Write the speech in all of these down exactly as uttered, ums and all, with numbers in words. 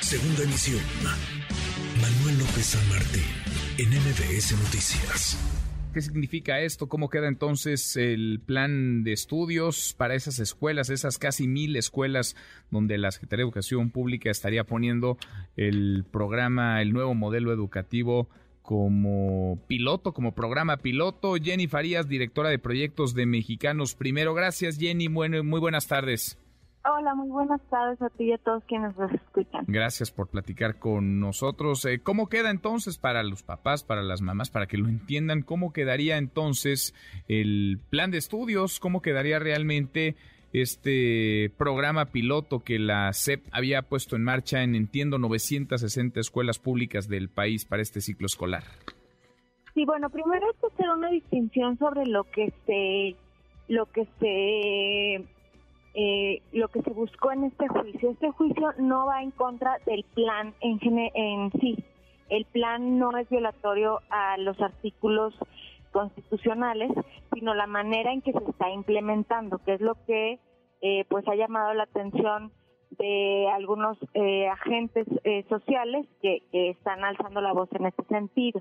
Segunda emisión. Manuel López San Martín, en M B S Noticias. ¿Qué significa esto? ¿Cómo queda entonces el plan de estudios para esas escuelas, esas casi mil escuelas donde la Secretaría de Educación Pública estaría poniendo el programa, el nuevo modelo educativo como piloto, como programa piloto? Jenny Farías, directora de proyectos de Mexicanos Primero. Gracias, Jenny. Bueno, muy buenas tardes. Hola, muy buenas tardes a ti y a todos quienes nos escuchan. Gracias por platicar con nosotros. Eh, ¿Cómo queda entonces para los papás, para las mamás, para que lo entiendan? ¿Cómo quedaría entonces el plan de estudios? ¿Cómo quedaría realmente este programa piloto que la S E P había puesto en marcha en, entiendo, novecientas sesenta escuelas públicas del país para este ciclo escolar? Sí, bueno, primero hay que hacer una distinción sobre lo que se, lo que se, eh, lo que se buscó en este juicio. Este juicio no va en contra del plan en, en sí. El plan no es violatorio a los artículos constitucionales, sino la manera en que se está implementando, que es lo que eh, pues ha llamado la atención de algunos eh, agentes eh, sociales que, que están alzando la voz en este sentido.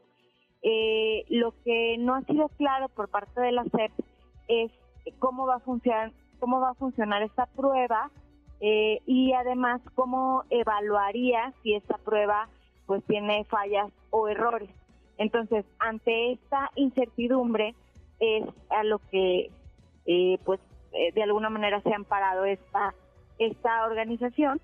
Eh, lo que no ha sido claro por parte de la S E P es cómo va a funcionar, cómo va a funcionar esta prueba eh, y además cómo evaluaría si esta prueba pues tiene fallas o errores. Entonces, ante esta incertidumbre es a lo que, eh, pues, eh, de alguna manera se ha amparado esta esta organización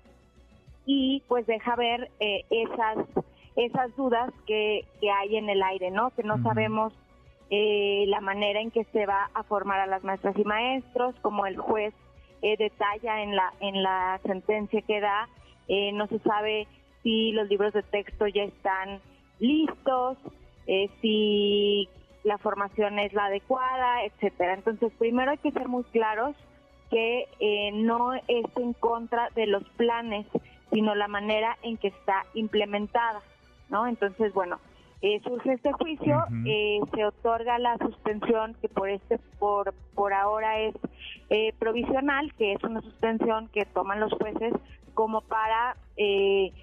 y, pues, deja ver eh, esas esas dudas que, que hay en el aire, ¿no? Que no uh-huh. sabemos eh, la manera en que se va a formar a las maestras y maestros, como el juez eh, detalla en la en la sentencia que da. Eh, no se sabe si los libros de texto ya están listos, Eh, si la formación es la adecuada, etcétera. Entonces, primero hay que ser muy claros que eh, no es en contra de los planes, sino la manera en que está implementada, ¿no? Entonces, bueno, eh, surge este juicio, uh-huh. eh, se otorga la suspensión que por este por por ahora es eh, provisional, que es una suspensión que toman los jueces como para eh,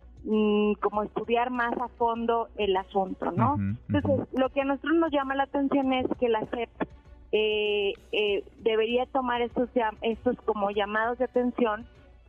como estudiar más a fondo el asunto, ¿no? Uh-huh, uh-huh. Entonces, lo que a nosotros nos llama la atención es que la S E P eh, eh, debería tomar estos, estos como llamados de atención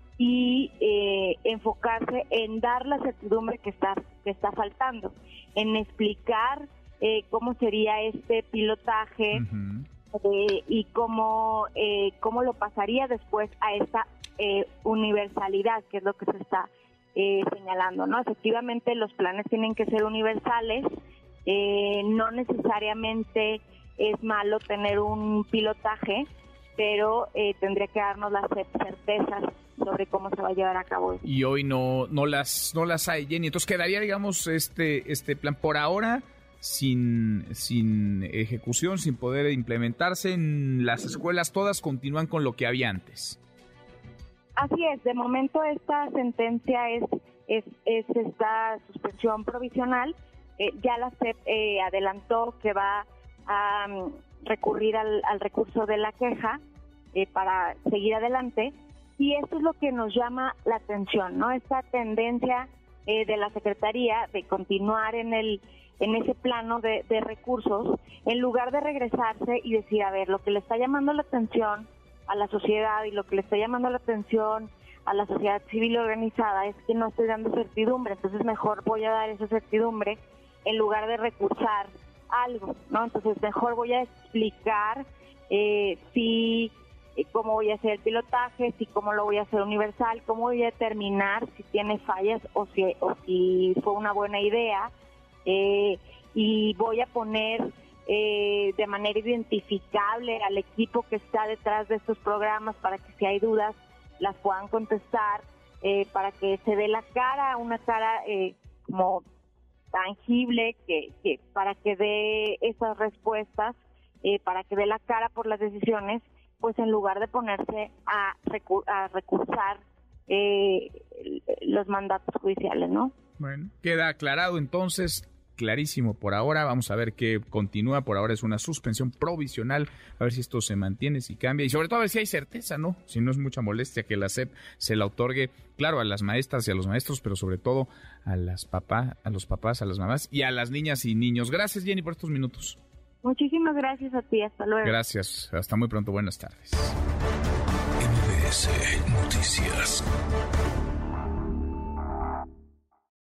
y eh, enfocarse en dar la certidumbre que está, que está faltando, en explicar eh, cómo sería este pilotaje uh-huh. eh, y cómo, eh, cómo lo pasaría después a esta eh, universalidad, que es lo que se está Eh, señalando, ¿no? Efectivamente, los planes tienen que ser universales, eh, no necesariamente es malo tener un pilotaje, pero eh, tendría que darnos las certezas sobre cómo se va a llevar a cabo eso. Y hoy no no las no las hay, Jenny. Entonces quedaría, digamos, este este plan por ahora sin sin ejecución, sin poder implementarse en las escuelas. Todas continúan con lo que había antes. Así es, de momento esta sentencia es es, es esta suspensión provisional. Eh, ya la S E P eh, adelantó que va a um, recurrir al, al recurso de la queja eh, para seguir adelante, y esto es lo que nos llama la atención, ¿no? Esta tendencia eh, de la Secretaría de continuar en el en ese plano de, de recursos, en lugar de regresarse y decir, a ver, lo que le está llamando la atención a la sociedad y lo que le está llamando la atención a la sociedad civil organizada es que no estoy dando certidumbre, entonces mejor voy a dar esa certidumbre en lugar de recursar algo, ¿no? Entonces mejor voy a explicar eh, si eh, cómo voy a hacer el pilotaje, si cómo lo voy a hacer universal, cómo voy a determinar si tiene fallas o si o si fue una buena idea, eh, y voy a poner Eh, de manera identificable al equipo que está detrás de estos programas para que si hay dudas las puedan contestar, eh, para que se dé la cara, una cara eh, como tangible, que, que para que dé esas respuestas, eh, para que dé la cara por las decisiones, pues en lugar de ponerse a, recu- a recursar eh, los mandatos judiciales, ¿no? Bueno, queda aclarado entonces. clarísimo por ahora. Vamos a ver qué continúa. Por ahora es una suspensión provisional. A ver si esto se mantiene, si cambia. Y sobre todo a ver si hay certeza, ¿no? Si no es mucha molestia que la S E P se la otorgue, claro, a las maestras y a los maestros, pero sobre todo a las papás, a los papás, a las mamás y a las niñas y niños. Gracias, Jenny, por estos minutos. Muchísimas gracias a ti. Hasta luego. Gracias. Hasta muy pronto. Buenas tardes. M B S Noticias.